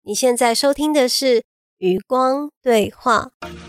你现在收听的是余光对话。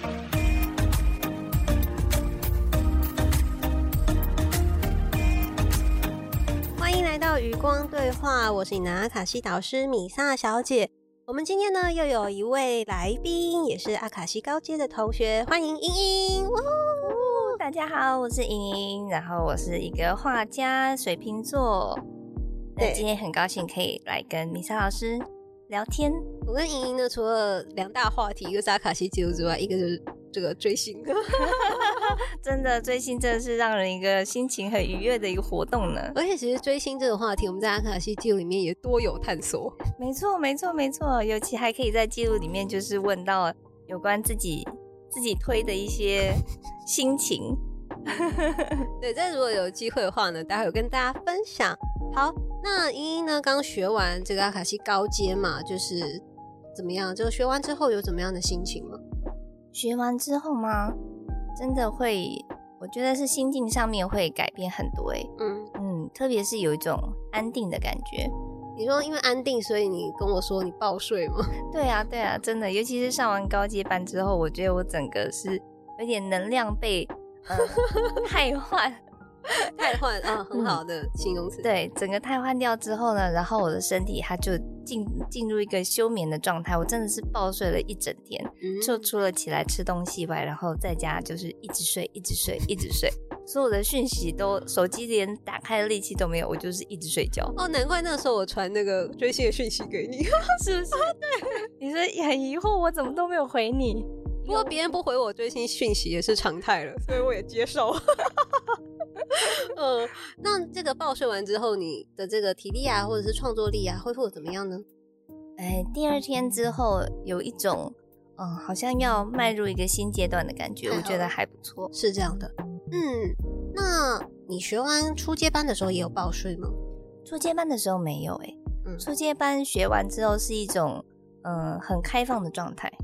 欢迎来到余光对话，我是你的阿卡西导师米萨小姐。我们今天呢又有一位来宾，也是阿卡西高阶的同学，欢迎莹莹。 大家好，我是莹莹，然后我是一个画家，水瓶座。那今天很高兴可以来跟米莎老师聊天。 我跟莹莹呢，除了两大话题，一个是阿卡西记录之外，一个就是这个追星。 真的，追星真的是让人一个心情很愉悦的一个活动呢。 而且其实追星这个话题，我们在阿卡西记录里面也多有探索。 没错，没错，没错。尤其还可以在记录里面就是问到有关自己推的一些心情。 对，这如果有机会的话呢，待会有跟大家分享。好，那莹莹呢刚学完这个阿卡西高阶嘛，就是怎么样？就学完之后有怎么样的心情吗？ 学完之后吗？真的会，我觉得是心境上面会改变很多特别是有一种安定的感觉。 你说因为安定，所以你跟我说你报税吗？ 对啊，真的，尤其是上完高阶班之后，我觉得我整个是有点能量被汰换。很好的形容词。对，整个汰换掉之后呢，然后我的身体它就进入一个休眠的状态，我真的是爆睡了一整天，就除了起来吃东西外，然后在家就是一直睡，所有的讯息都手机连打开的力气都没有，我就是一直睡觉。 哦，难怪那时候我传那个追星的讯息给你。 是不是？对，你说很疑惑我怎么都没有回你， 不过别人不回我追星讯息也是常态了，所以我也接受。那这个报税完之后，你的这个体力啊，或者是创作力啊，恢复的怎么样呢？ 第二天之后有一种好像要迈入一个新阶段的感觉，我觉得还不错。 是这样的。那你学完初阶班的时候也有报税吗？ 初阶班的时候没有初阶班学完之后是一种很开放的状态。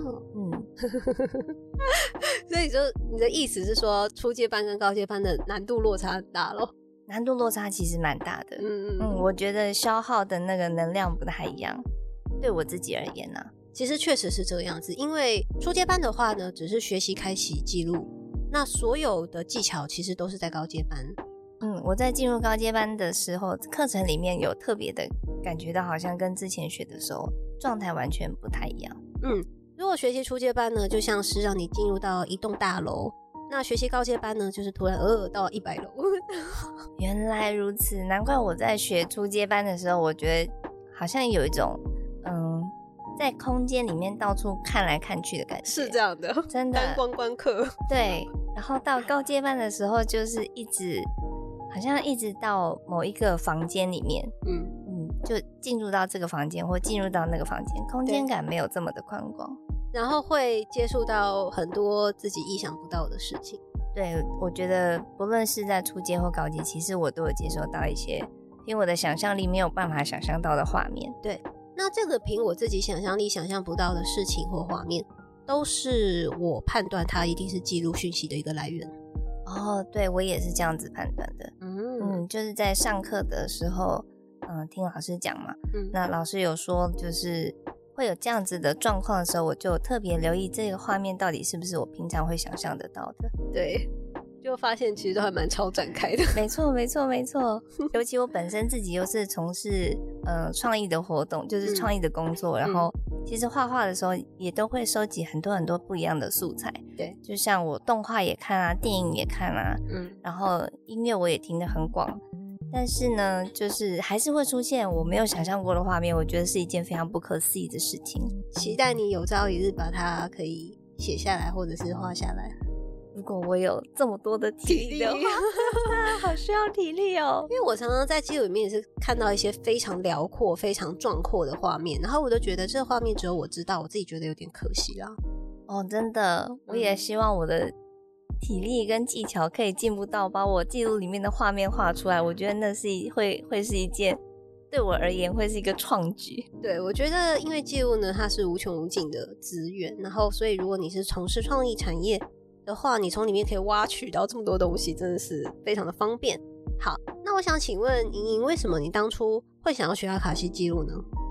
所以就你的意思是说，初阶班跟高阶班的难度落差很大咯？ 难度落差其实蛮大的。我觉得消耗的那个能量不太一样，对我自己而言呢， 其实确实是这个样子。因为初阶班的话呢，只是学习开启记录，那所有的技巧其实都是在高阶班。 我在进入高阶班的时候，课程里面有特别的感觉到，好像跟之前学的时候状态完全不太一样。 如果学习初阶班呢，就像是让你进入到一栋大楼，那学习高阶班呢，就是突然到100楼。 原来如此，难怪我在学初阶班的时候，我觉得好像有一种在空间里面到处看来看去的感觉。 是这样的， 真的当观光客。 对，然后到高阶班的时候，就是好像一直到某一个房间里面，就进入到这个房间或进入到那个房间，空间感没有这么的宽广， 然后会接触到很多自己意想不到的事情。 对，我觉得不论是在初阶或高阶，其实我都有接受到一些凭我的想象力没有办法想象到的画面。 对，那这个凭我自己想象力想象不到的事情或画面，都是我判断它一定是记录讯息的一个来源。 对，我也是这样子判断的。就是在上课的时候听老师讲嘛，那老师有说就是会有这样子的状况的时候，我就特别留意这个画面到底是不是我平常会想象得到的。 对，就发现其实都还蛮超展开的。 没错。尤其我本身自己又是从事创意的活动，就是创意的工作，然后其实画画的时候也都会收集很多不一样的素材。 对， 就像我动画也看啊，电影也看啊，然后音乐我也听得很广。但是呢，就是还是会出现我没有想象过的画面，我觉得是一件非常不可思议的事情。 期待你有朝一日把它可以写下来或者是画下来。 如果我有这么多的体力的话，好需要体力哦。 因为我常常在记录里面也是看到一些非常辽阔非常壮阔的画面，然后我就觉得这个画面只有我知道，我自己觉得有点可惜啦。 真的，我也希望我的体力跟技巧可以进步到把我记录里面的画面画出来，我觉得那是会是一件对我而言会是一个创举。 对，我觉得因为记录呢它是无穷无尽的资源，然后所以如果你是从事创意产业的话，你从里面可以挖取到这么多东西，真的是非常的方便。好，那我想请问莹莹，为什么你当初会想要学阿卡西记录呢？ 当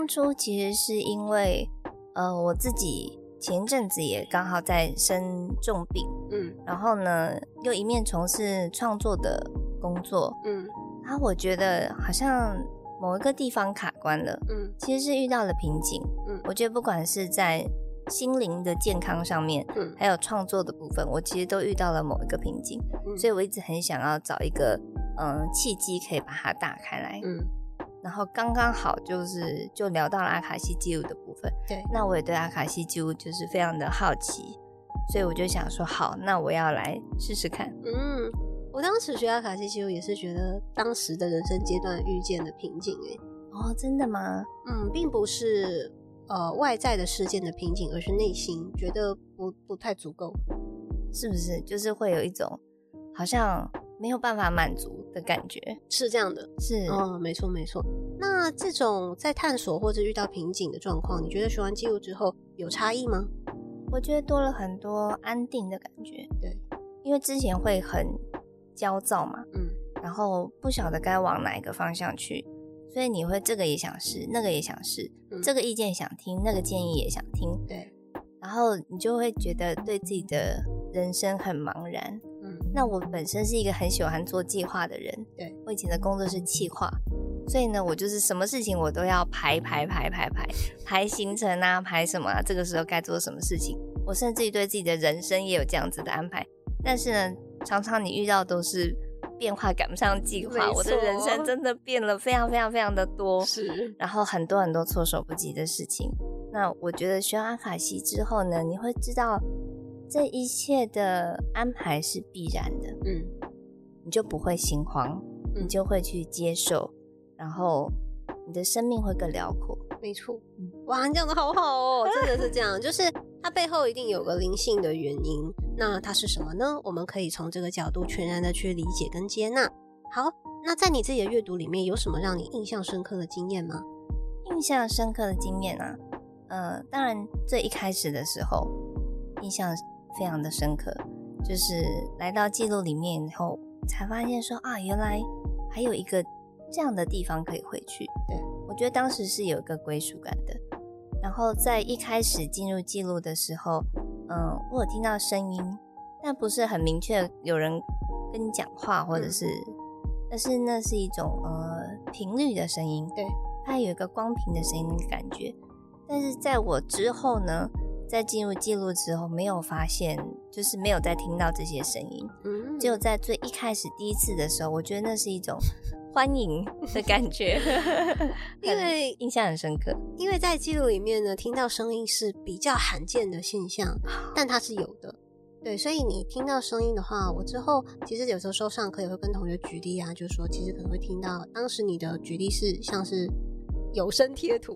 初其实是因为我自己前一阵子也刚好在生重病，然后呢又一面从事创作的工作，然后我觉得好像某一个地方卡关了，其实是遇到了瓶颈，我觉得不管是在心灵的健康上面，还有创作的部分，我其实都遇到了某一个瓶颈，所以我一直很想要找一个契机可以把它打开来，然后刚刚好就聊到了阿卡西记录的部分， 对， 那我也对阿卡西记录就是非常的好奇，所以我就想说好，那我要来试试看。 我当时学阿卡西记录也是觉得当时的人生阶段遇见的瓶颈哦，真的吗？ 并不是外在的事件的瓶颈，而是内心觉得不太足够， 是不是？就是会有一种好像没有办法满足的感觉， 是这样的， 是没错没错。那这种在探索或者遇到瓶颈的状况，你觉得学完记录之后有差异吗？ 我觉得多了很多安定的感觉， 对， 因为之前会很焦躁嘛，然后不晓得该往哪一个方向去，所以你会这个也想试，那个也想试，这个意见想听，那个建议也想听， 对， 然后你就会觉得对自己的人生很茫然。那我本身是一个很喜欢做计划的人， 对， 我以前的工作是企划，所以呢，我就是什么事情我都要排行程啊，排什么啊，这个时候该做什么事情，我甚至于对自己的人生也有这样子的安排。但是呢，常常你遇到都是变化赶不上计划，我的人生真的变了非常非常非常的多， 是， 然后很多很多措手不及的事情。那我觉得学完阿卡西之后呢，你会知道这一切的安排是必然的，你就不会心慌，你就会去接受，然后你的生命会更辽阔。 没错，哇，你讲的好好哦，真的是这样，就是它背后一定有个灵性的原因，那它是什么呢？我们可以从这个角度全然的去理解跟接纳。好，那在你自己的阅读里面有什么让你印象深刻的经验吗？ 印象深刻的经验啊，当然最一开始的时候印象非常的深刻，就是来到记录里面以后才发现说啊，原来还有一个这样的地方可以回去。 对， 我觉得当时是有一个归属感的。然后在一开始进入记录的时候，我有听到声音，但不是很明确有人跟你讲话，或者是，但是那是一种频率的声音， 对， 它有一个光频的声音的感觉。但是在我之后呢，在进入记录之后，没有发现，就是没有再听到这些声音，只有在最一开始第一次的时候，我觉得那是一种欢迎的感觉， 因为印象很深刻。 因为在记录里面呢，听到声音是比较罕见的现象，但它是有的。对，所以你听到声音的话，我之后其实有时候上课也会跟同学举例啊，就是说其实可能会听到当时你的举例是像是有声贴图，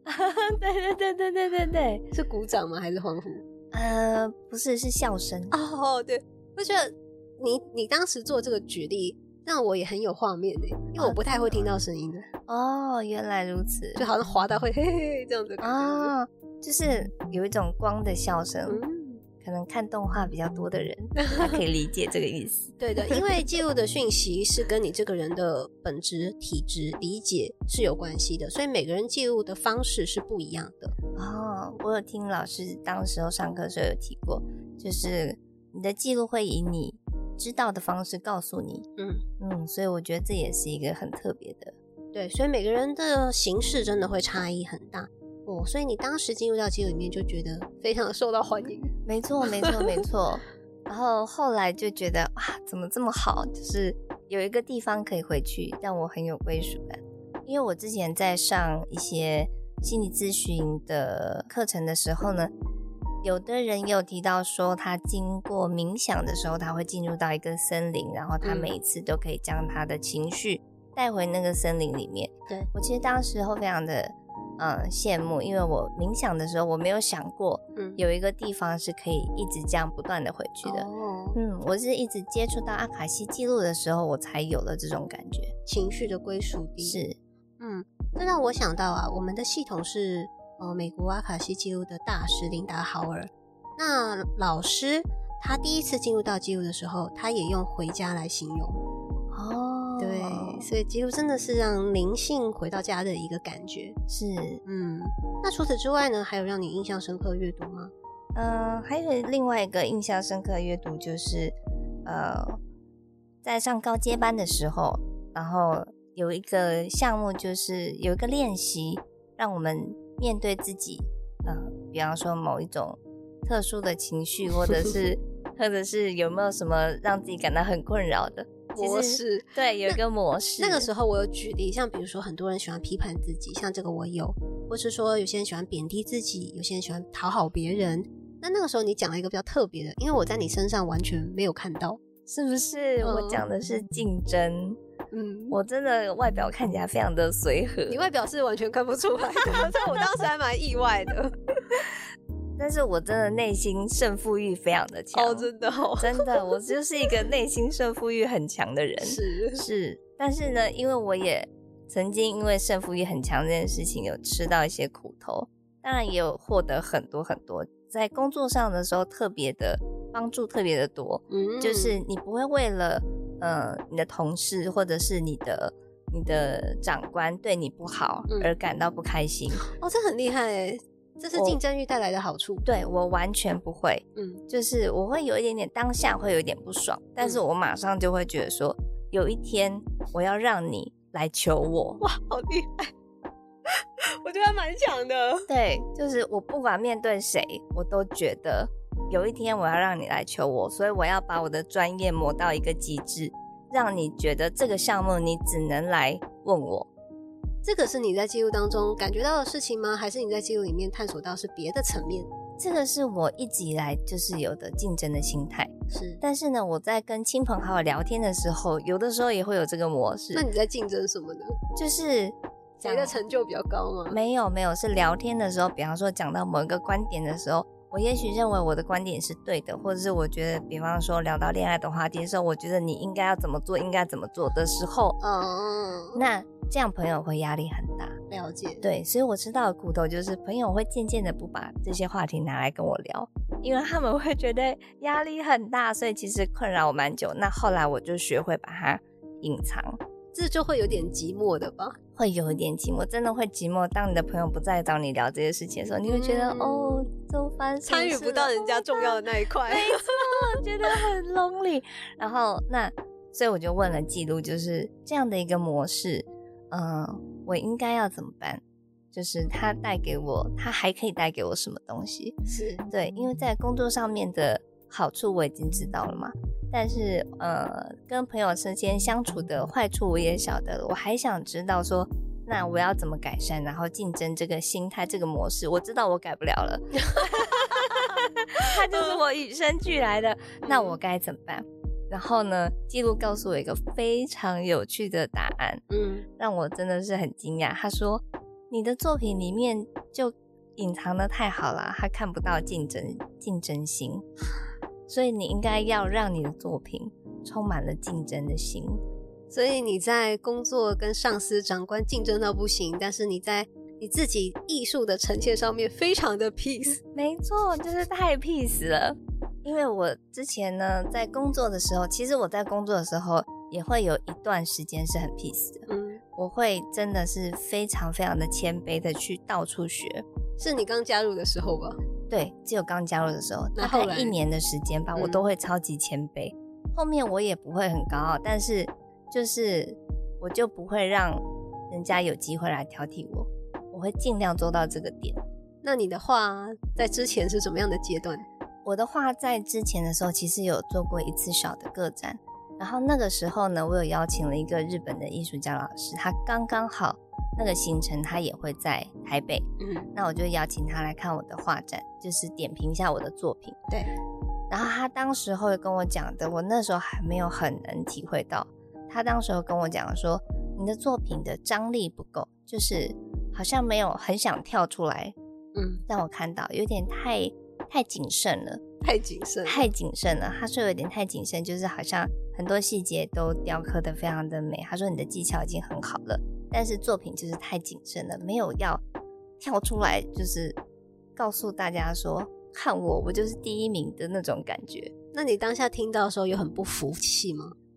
对， 是鼓掌吗？还是欢呼？ 不是，是笑声。 哦，对，我觉得你当时做这个举例，让我也很有画面耶，因为我不太会听到声音的。 哦，原来如此， 就好像滑到会嘿嘿这样子的感觉。 哦，就是有一种光的笑声。可能看动画比较多的人，他可以理解这个意思。 对的，因为记录的讯息是跟你这个人的本质、体质、理解是有关系的，所以每个人记录的方式是不一样的。 哦，我有听老师当时候上课的时候有提过，就是你的记录会以你知道的方式告诉你。所以我觉得这也是一个很特别的。 对，所以每个人的形式真的会差异很大。所以你当时进入到记录里面就觉得非常受到欢迎。 没错。然后后来就觉得哇，怎么这么好，就是有一个地方可以回去，让我很有归属感。因为我之前在上一些心理咨询的课程的时候呢，有的人有提到说他经过冥想的时候，他会进入到一个森林，然后他每一次都可以将他的情绪带回那个森林里面。 对， 我其实当时候非常的羡慕，因为我冥想的时候我没有想过有一个地方是可以一直这样不断的回去的。我是一直接触到阿卡西记录的时候，我才有了这种感觉， 情绪的归属地。 是， 这让我想到啊，我们的系统是美国阿卡西记录的大师琳达豪尔。那老师他第一次进入到记录的时候，他也用回家来形容。 对，所以记录真的是让灵性回到家的一个感觉。 是， 那除此之外呢，还有让你印象深刻的阅读吗？ 还有另外一个印象深刻的阅读就是在上高阶班的时候，然后有一个项目，就是有一个练习让我们面对自己比方说某一种特殊的情绪，或者是有没有什么让自己感到很困扰的模式。 对，有一个模式。 那个时候我有举例，像比如说很多人喜欢批判自己，像这个我有，或是说有些人喜欢贬低自己，有些人喜欢讨好别人。那个时候你讲了一个比较特别的，因为我在你身上完全没有看到。 是不是？我讲的是竞争。我真的外表看起来非常的随和， 你外表是完全看不出来的，所以我当时还蛮意外的。 但是我真的内心胜负欲非常的强。 真的哦， 真的，我就是一个内心胜负欲很强的人。是，但是呢，因为我也曾经因为胜负欲很强这件事情有吃到一些苦头，当然也有获得很多很多，在工作上的时候特别的帮助特别的多。就是你不会为了你的同事或者是你的长官对你不好而感到不开心。 这很厉害耶，这是竞争欲带来的好处。 对，我完全不会。就是我会有一点点当下会有点不爽，但是我马上就会觉得说，有一天我要让你来求我。 哇，好厉害我觉得蛮强的。 对，就是我不管面对谁，我都觉得有一天我要让你来求我，所以我要把我的专业磨到一个极致，让你觉得这个项目你只能来问我。 这个是你在记录当中感觉到的事情吗？还是你在记录里面探索到是别的层面？ 这个是我一直以来就是有的竞争的心态。 是， 但是呢，我在跟亲朋好友聊天的时候，有的时候也会有这个模式。 那你在竞争什么呢？ 就是谁的成就比较高吗？ 没有，是聊天的时候，比方说讲到某一个观点的时候，我也许认为我的观点是对的，或者是我觉得比方说聊到恋爱的话题的时候，我觉得你应该要怎么做，应该怎么做的时候，那这样朋友会压力很大。 了解。 对，所以我吃到的苦头就是朋友会渐渐的不把这些话题拿来跟我聊，因为他们会觉得压力很大，所以其实困扰我蛮久。那后来我就学会把它隐藏。 这就会有点寂寞的吧？ 会有一点寂寞，真的会寂寞。当你的朋友不再找你聊这些事情的时候，你会觉得都发生参与不到人家重要的那一块。 没错，觉得很 lonely。然后所以我就问了记录，就是这样的一个模式，我应该要怎么办？就是他还可以带给我什么东西？ 是对，因为在工作上面的好处我已经知道了嘛，但是跟朋友之间相处的坏处我也晓得了，我还想知道说，那我要怎么改善？然后竞争这个心态这个模式，我知道我改不了了，它就是我与生俱来的，那我该怎么办？然后呢，记录告诉我一个非常有趣的答案，让我真的是很惊讶。他说，你的作品里面就隐藏的太好了，他看不到竞争心，所以你应该要让你的作品充满了竞争的心。 所以你在工作跟上司长官竞争到不行，但是你在你自己艺术的呈现上面非常的 peace。 没错，就是太 peace 了。因为我之前呢在工作的时候，其实我在工作的时候也会有一段时间是很 peace 的，我会真的是非常非常的谦卑的去到处学。 是你刚加入的时候吧？ 对，只有刚加入的时候，大概1年的时间吧，我都会超级谦卑。后面我也不会很高傲，但是就是我就不会让人家有机会来挑剔我，我会尽量做到这个点。 那你的画在之前是什么样的阶段？ 我的画在之前的时候其实有做过一次小的个展，然后那个时候呢，我有邀请了一个日本的艺术家老师，他刚刚好那个行程他也会在台北，那我就邀请他来看我的画展，就是点评一下我的作品。 对， 然后他当时候跟我讲的，我那时候还没有很能体会到，他当时候跟我讲说，你的作品的张力不够，就是好像没有很想跳出来，让我看到有点太谨慎了。 太谨慎了。 他说有点太谨慎，就是好像很多细节都雕刻得非常的美。他说你的技巧已经很好了，但是作品就是太谨慎了，没有要跳出来，就是告诉大家说看我就是第一名的那种感觉。 那你当下听到的时候有很不服气吗？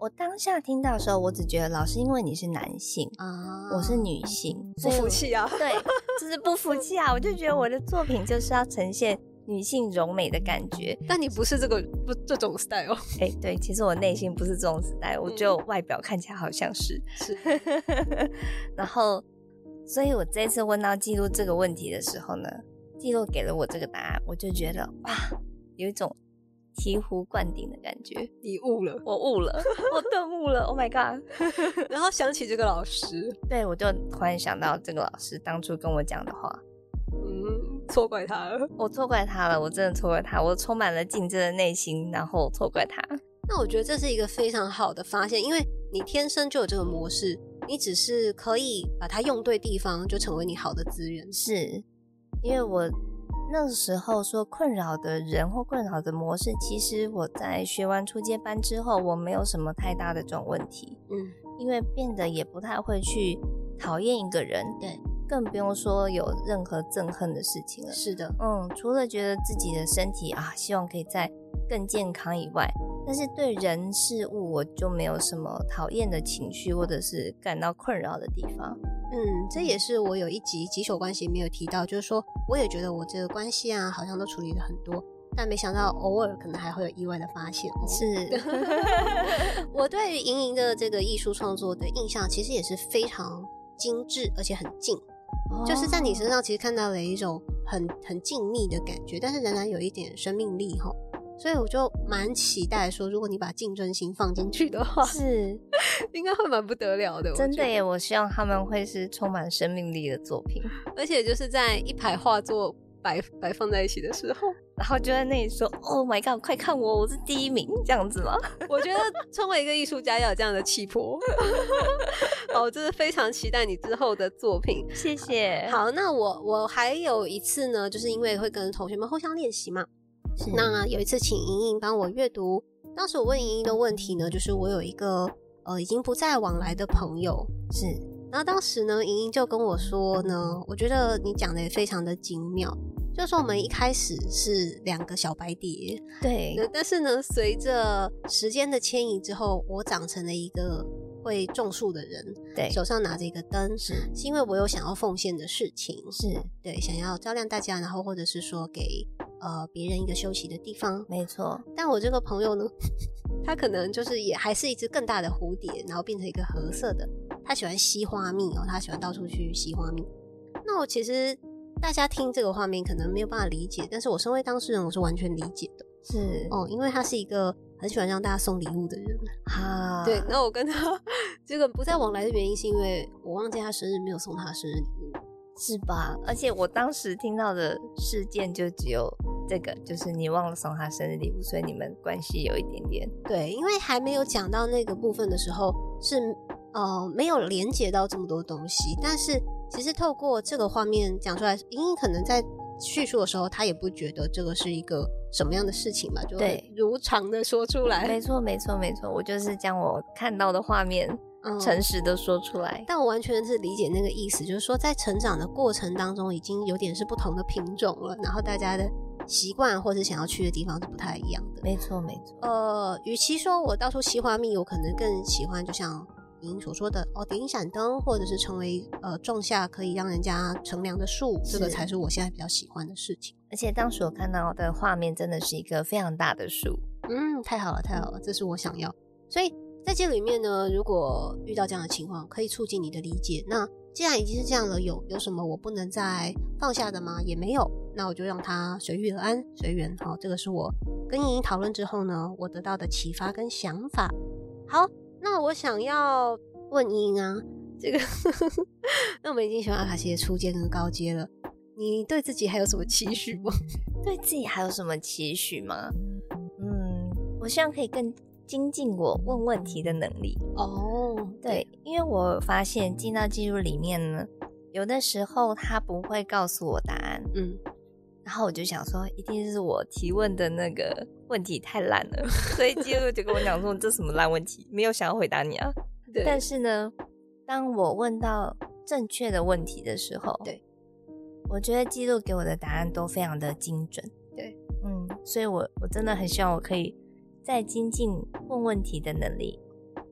我当下听到的时候，我只觉得老师因为你是男性啊，我是女性， 不服气啊。 对，就是不服气啊。我就觉得我的作品就是要呈现女性柔美的感觉， 但你不是这种 style。 对，其实我内心不是这种 style，我就外表看起来好像是。然后，所以我这次问到记录这个问题的时候呢，记录给了我这个答案，我就觉得哇，有一种醍醐灌顶的感觉。 你悟了， 我悟了，我顿悟了 ，Oh my god！ 然后想起这个老师， 对，我就突然想到这个老师当初跟我讲的话。 错怪他了， 我错怪他了，我真的错怪他，我充满了竞争的内心，然后错怪他。 那我觉得这是一个非常好的发现，因为你天生就有这个模式，你只是可以把它用对地方，就成为你好的资源。 是因为我那个时候说困扰的人或困扰的模式，其实我在学完初阶班之后，我没有什么太大的这种问题。因为变得也不太会去讨厌一个人，对，更不用说有任何憎恨的事情了。 是的， 除了觉得自己的身体希望可以再更健康以外，但是对人事物我就没有什么讨厌的情绪，或者是感到困扰的地方。 这也是我有一集棘手关系没有提到，就是说我也觉得我这个关系啊，好像都处理了很多，但没想到偶尔可能还会有意外的发现。 是我对于莹莹的这个艺术创作的印象其实也是非常精致而且很静，就是在你身上其实看到了一种很静谧的感觉，但是仍然有一点生命力齁。所以我就蛮期待说，如果你把竞争心放进去的话， 是应该会蛮不得了的。 真的耶，我希望他们会是充满生命力的作品， 而且就是在一排画作摆放在一起的时候， 然后就在那里说 Oh my god 快看我是第一名，这样子吗？ 我觉得成为一个艺术家要有这样的气魄。我真的非常期待你之后的作品， 谢谢。 好，那我还有一次呢，就是因为会跟同学们互相练习嘛，那有一次请莹莹帮我阅读，当时我问莹莹的问题呢，就是我有一个已经不再往来的朋友，是，然后当时呢莹莹就跟我说呢，我觉得你讲的也非常的精妙，就是说我们一开始是2个小白蝶， 对， 但是呢随着时间的牵引之后，我长成了一个会种树的人，对，手上拿着一个灯，是因为我有想要奉献的事情，是对，想要照亮大家，然后或者是说给别人一个休息的地方， 没错。 但我这个朋友呢，他可能就是也还是一只更大的蝴蝶，然后变成一个褐色的，他喜欢吸花蜜他喜欢到处去吸花蜜。那我其实大家听这个画面可能没有办法理解，但是我身为当事人我是完全理解的，是因为他是一个很喜欢让大家送礼物的人对，那我跟他这个不再往来的原因是因为我忘记他生日没有送他生日礼物， 是吧？而且我当时听到的事件就只有这个，就是你忘了送他生日礼物，所以你们关系有一点点。 对，因为还没有讲到那个部分的时候是没有连接到这么多东西，但是其实透过这个画面讲出来，莹莹可能在叙述的时候他也不觉得这个是一个什么样的事情吧，就对如常的说出来。 没错没错没错，我就是将我看到的画面诚实的说出来， 但我完全是理解那个意思，就是说在成长的过程当中已经有点是不同的品种了，然后大家的习惯或是想要去的地方是不太一样的。 没错没错。 与其说我到处吸花蜜，我可能更喜欢就像莹莹所说的点一盏灯，或者是成为种下可以让人家乘凉的树，这个才是我现在比较喜欢的事情。 而且当时我看到的画面真的是一个非常大的树， 太好了太好了，这是我想要。所以在这里面呢，如果遇到这样的情况，可以促进你的理解。那既然已经是这样了，有什么我不能再放下的吗？也没有，那我就让它随遇而安，随缘。好，这个是我跟莹莹讨论之后呢，我得到的启发跟想法。好，那我想要问莹莹啊，这个那我们已经喜欢阿卡西的初阶跟高阶了，你对自己还有什么期许吗？ 对自己还有什么期许吗？我希望可以更精进我问问题的能力。对，因为我发现进到记录里面呢，有的时候他不会告诉我答案，然后我就想说一定是我提问的那个问题太烂了，所以记录就跟我讲说这什么烂问题，没有想要回答你啊。但是呢，当我问到正确的问题的时候，对，我觉得记录给我的答案都非常的精准。对，所以我真的很希望我可以再精进问问题的能力。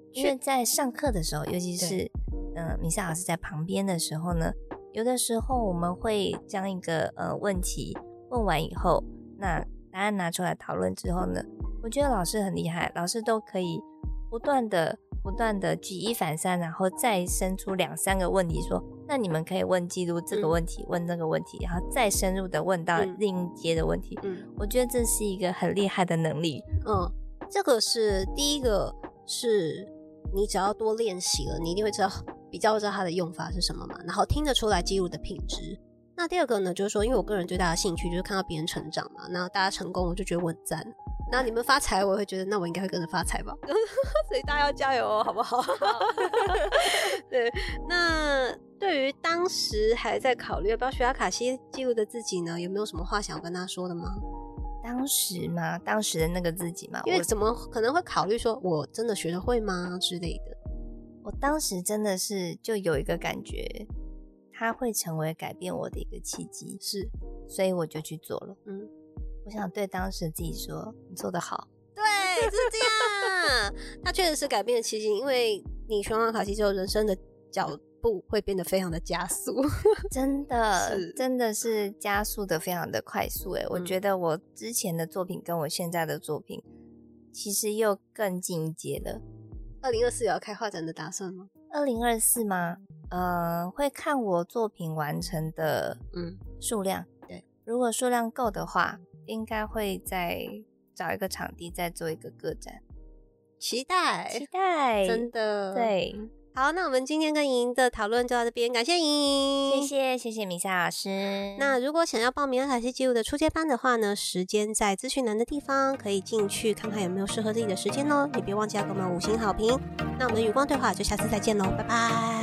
因为在上课的时候，尤其是米莎老师在旁边的时候呢，有的时候我们会将一个问题问完以后，那答案拿出来讨论之后呢，我觉得老师很厉害，老师都可以不断的举一反三，然后再生出2-3个问题说，那你们可以问记录这个问题，问那个问题，然后再深入的问到另一阶的问题。我觉得这是一个很厉害的能力。 这个是第一个，是你只要多练习了，你一定会比较知道它的用法是什么嘛，然后听得出来记录的品质。那第二个呢，就是说，因为我个人最大的兴趣就是看到别人成长嘛，那大家成功我就觉得我很赞，那你们发财我也会觉得那我应该会跟着发财吧所以大家要加油哦，好不好对，那对于当时还在考虑要不要学阿卡西记录的自己呢，有没有什么话想要跟他说的吗？ 当时的那个自己嘛， 因为怎么可能会考虑说我真的学得会吗之类的。 我当时真的是就有一个感觉，它会成为改变我的一个契机， 是， 所以我就去做了。我想对当时自己说，你做得好。 对，是这样它确实是改变的契机，因为你学完阿卡西之后，人生的脚步会变得非常的加速真的是加速的非常的快速。我觉得我之前的作品跟我现在的作品其实又更进一阶了。 2024有要开画展的打算吗 ？2024吗？会看我作品完成的数量。 对， 如果数量够的话，应该会再找一个场地再做一个个展。 期待，真的。 对， 好，那我们今天跟莹莹的讨论就到这边，感谢莹莹， 谢谢米莎老师。 那如果想要报名阿卡西记录的初阶班的话呢，时间在资讯栏的地方，可以进去看看有没有适合自己的时间哦。也别忘记要给我们5星好评。那我们的余光对话就下次再见喽，拜拜。